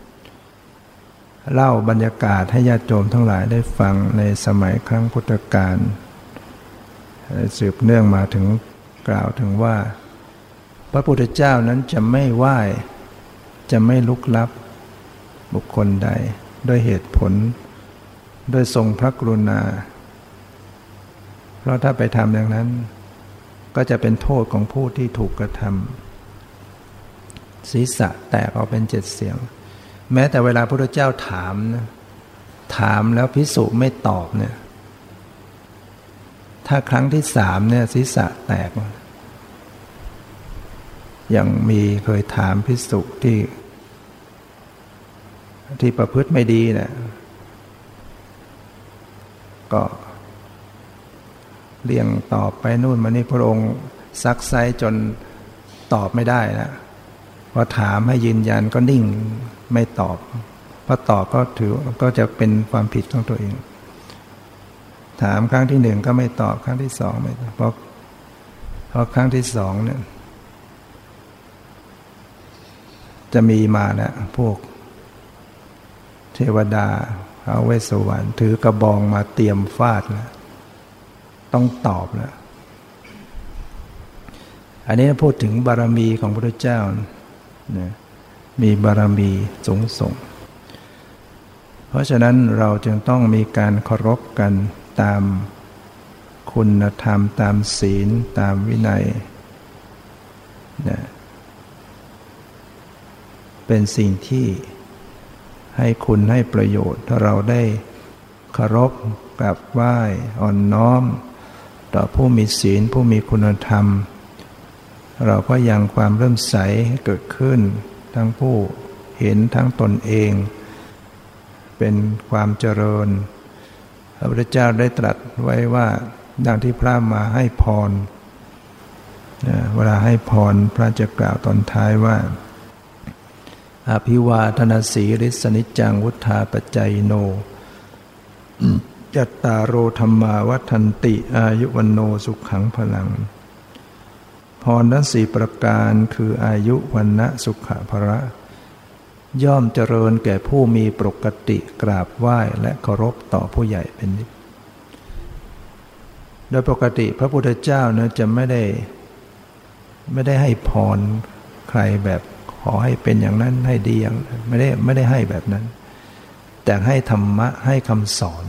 เล่าบรรยากาศให้ญาติโยมทั้งหลายได้ฟังในสมัยครั้งพุทธกาลสืบเนื่องมาถึงกล่าวถึงว่าพระพุทธเจ้านั้นจะไม่ไหว้จะไม่ลุกลับบุคคลใดด้วยเหตุผลด้วยทรงพระกรุณาเพราะถ้าไปทำอย่างนั้นก็จะเป็นโทษของผู้ที่ถูกกระทำศีรษะแตกออกเป็น7 เสียงแม้แต่เวลาพระพุทธเจ้าถามนะถามแล้วภิกษุไม่ตอบเนี่ยถ้าครั้งที่3เนี่ยศีรษะแตกอย่างมีเคยถามภิกษุที่ประพฤติไม่ดีเนี่ยก็เลี่ยงตอบไปนู่นมานี่พระองค์ซักไซจนตอบไม่ได้นะพอถามให้ยืนยันก็นิ่งไม่ตอบเพราะตอบก็ถือก็จะเป็นความผิดของตัวเองถามครั้งที่1ก็ไม่ตอบครั้งที่2ไม่ตอบเพราะครั้งที่2เนี่ยจะมีมาแล้วพวกเทวดาท้าวเวสสวรรณถือกระบองมาเตรียมฟาดแล้วต้องตอบแล้วอันนี้พูดถึงบารมีของพระพุทธเจ้านะมีบารมีสูงส่งเพราะฉะนั้นเราจึงต้องมีการเคารพกันตามคุณธรรมตามศีลตามวินัยนะเป็นสิ่งที่ให้คุณให้ประโยชน์ถ้าเราได้เคารพกราบไหว้อ่อนน้อมต่อผู้มีศีลผู้มีคุณธรรมเราก็ยังความเริ่มใสให้เกิดขึ้นทั้งผู้เห็นทั้งตนเองเป็นความเจริญพระพุทธเจ้าได้ตรัสไว้ว่าดังที่พระมาให้พรเวลาให้พรพระจะกล่าวตอนท้ายว่าอภิวาทนาสีริสนิจจังวุธาปัจจัยโนจัตตารโอธรรมาวัฏันติอายุวันโนสุขังพลังพรทั้ง4 ประการคืออายุวันนะสุขะภระย่อมเจริญแก่ผู้มีปกติกราบไหว้และเคารพต่อผู้ใหญ่เป็นนิจโดยปกติพระพุทธเจ้าเนี่ยจะไม่ได้ให้พรใครแบบขอให้เป็นอย่างนั้นให้ดีอย่างไม่ได้ให้แบบนั้นแต่ให้ธรรมะให้คำสอน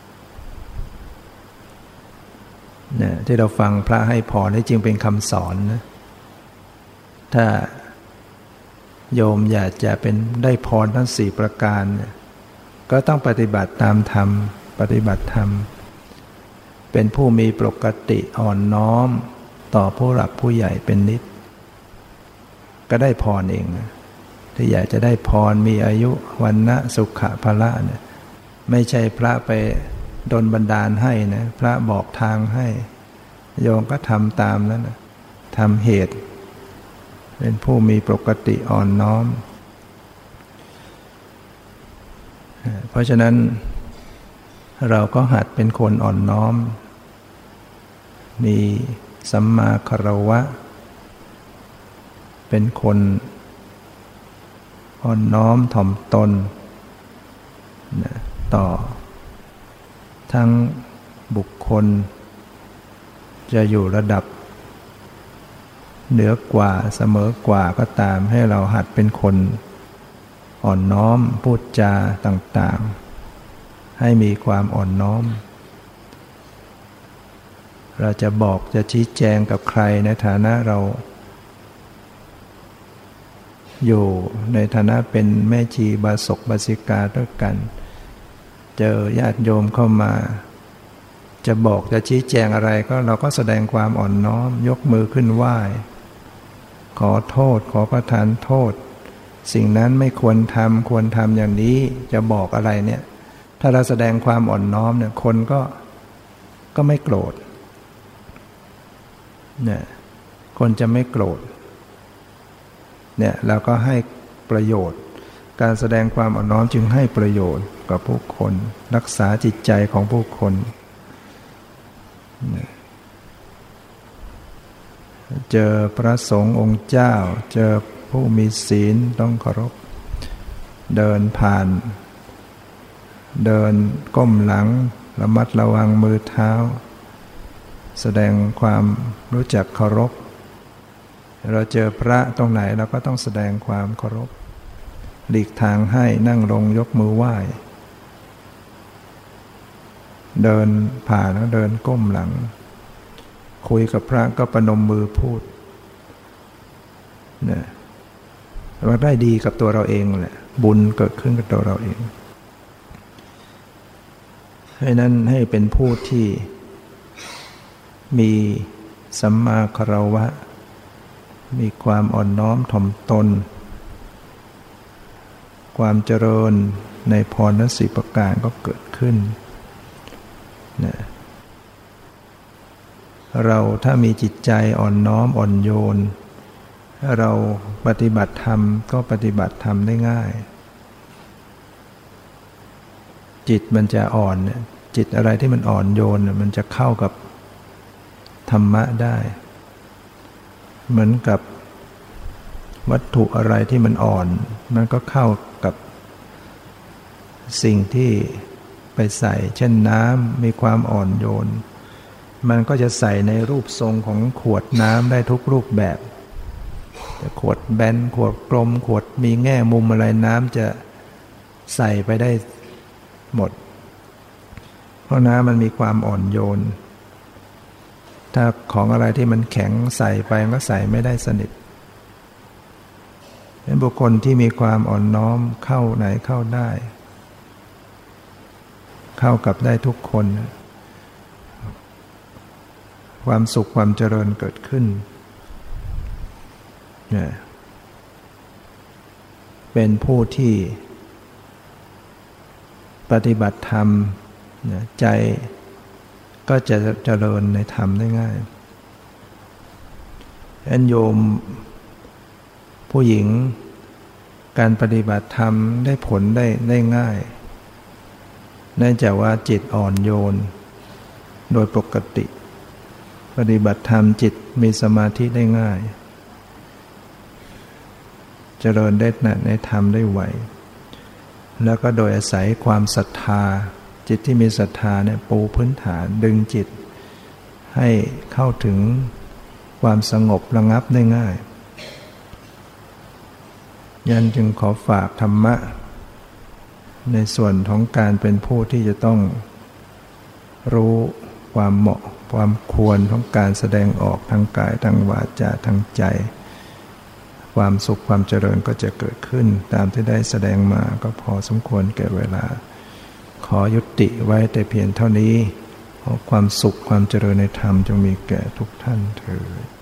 เนี่ยที่เราฟังพระให้พรนี่จริงเป็นคำสอนนะถ้าโยมอยากจะเป็นได้พรทั้ง4 ประการเนี่ยก็ต้องปฏิบัติตามธรรมปฏิบัติธรรมเป็นผู้มีปกติอ่อนน้อมต่อผู้หลักผู้ใหญ่เป็นนิจก็ได้พรเองนะถ้าอยากจะได้พรมีอายุวันนะสุขะภละเนี่ยไม่ใช่พระไปดลบันดาลให้นะพระบอกทางให้โยมก็ทำตามนั้นนะทำเหตุเป็นผู้มีปกติอ่อนน้อมเพราะฉะนั้นเราก็หัดเป็นคนอ่อนน้อมมีสัมมาคารวะเป็นคนอ่อนน้อมถ่อมตนนะต่อทั้งบุคคลจะอยู่ระดับเหนือกว่าเสมอกว่าก็ตามให้เราหัดเป็นคนอ่อนน้อมพูดจาต่างๆให้มีความอ่อนน้อมเราจะบอกจะชี้แจงกับใครในฐานะเราอยู่ในฐานะเป็นแม่ชีบาศกบาสิกาด้วยกันเจอญาติโยมเข้ามาจะบอกจะชี้แจงอะไรก็เราก็แสดงความอ่อนน้อมยกมือขึ้นไหว้ขอโทษขอประทานโทษสิ่งนั้นไม่ควรทำควรทำอย่างนี้จะบอกอะไรเนี่ยถ้าเราแสดงความอ่อนน้อมเนี่ยคนก็ไม่โกรธเนี่ยคนจะไม่โกรธเนี่ยเราก็ให้ประโยชน์การแสดงความอ่อนน้อมจึงให้ประโยชน์กับผู้คนรักษาจิตใจของผู้คนเจอพระสงฆ์องค์เจ้าเจอผู้มีศีลต้องเคารพเดินผ่านเดินก้มหลังระมัดระวังมือเท้าแสดงความรู้จักเคารพเราเจอพระตรงไหนเราก็ต้องแสดงความเคารพหลีกทางให้นั่งลงยกมือไหว้เดินผ่านแล้วเดินก้มหลังคุยกับพระก็ประนมมือพูดเนี่ยเราได้ดีกับตัวเราเองแหละบุญเกิดขึ้นกับตัวเราเองให้นั้นให้เป็นผู้ที่มีสัมมาคารวะมีความอ่อนน้อมถ่อมตนความเจริญในพรและ4ประการก็เกิดขึ้นนะเราถ้ามีจิตใจอ่อนน้อมอ่อนโยนเราปฏิบัติธรรมก็ปฏิบัติธรรมได้ง่ายจิตมันจะอ่อนเนี่ยจิตอะไรที่มันอ่อนโยนมันจะเข้ากับธรรมะได้เหมือนกับวัตถุอะไรที่มันอ่อนมันก็เข้ากับสิ่งที่ไปใส่เช่นน้ำมีความอ่อนโยนมันก็จะใส่ในรูปทรงของขวดน้ำได้ทุกรูปแบบแต่ขวดแบนขวดกลมขวดมีแง่มุมอะไรน้ำจะใส่ไปได้หมดเพราะน้ำมันมีความอ่อนโยนถ้าของอะไรที่มันแข็งใส่ไปมันก็ใส่ไม่ได้สนิทเป็นบุคคลที่มีความอ่อนน้อมเข้าไหนเข้าได้เข้ากับได้ทุกคนความสุขความเจริญเกิดขึ้นเป็นผู้ที่ปฏิบัติธรรมใจก็จะเจริญในธรรมได้ง่ายโยมผู้หญิงการปฏิบัติธรรมได้ผลได้ง่ายเนื่องจากว่าจิตอ่อนโยนโดยปกติปฏิบัติธรรมจิตมีสมาธิได้ง่ายเจริญได้ในธรรมได้ไวแล้วก็โดยอาศัยความศรัทธาจิตที่มีศรัทธาเนี่ยปูพื้นฐานดึงจิตให้เข้าถึงความสงบระงับได้ง่ายยันจึงขอฝากธรรมะในส่วนของการเป็นผู้ที่จะต้องรู้ความเหมาะความควรของการแสดงออกทางกายทางวาจาทางใจความสุขความเจริญก็จะเกิดขึ้นตามที่ได้แสดงมาก็พอสมควรแก่เวลาขอยุติไว้แต่เพียงเท่านี้ขอความสุขความเจริญในธรรมจงมีแก่ทุกท่านเถิด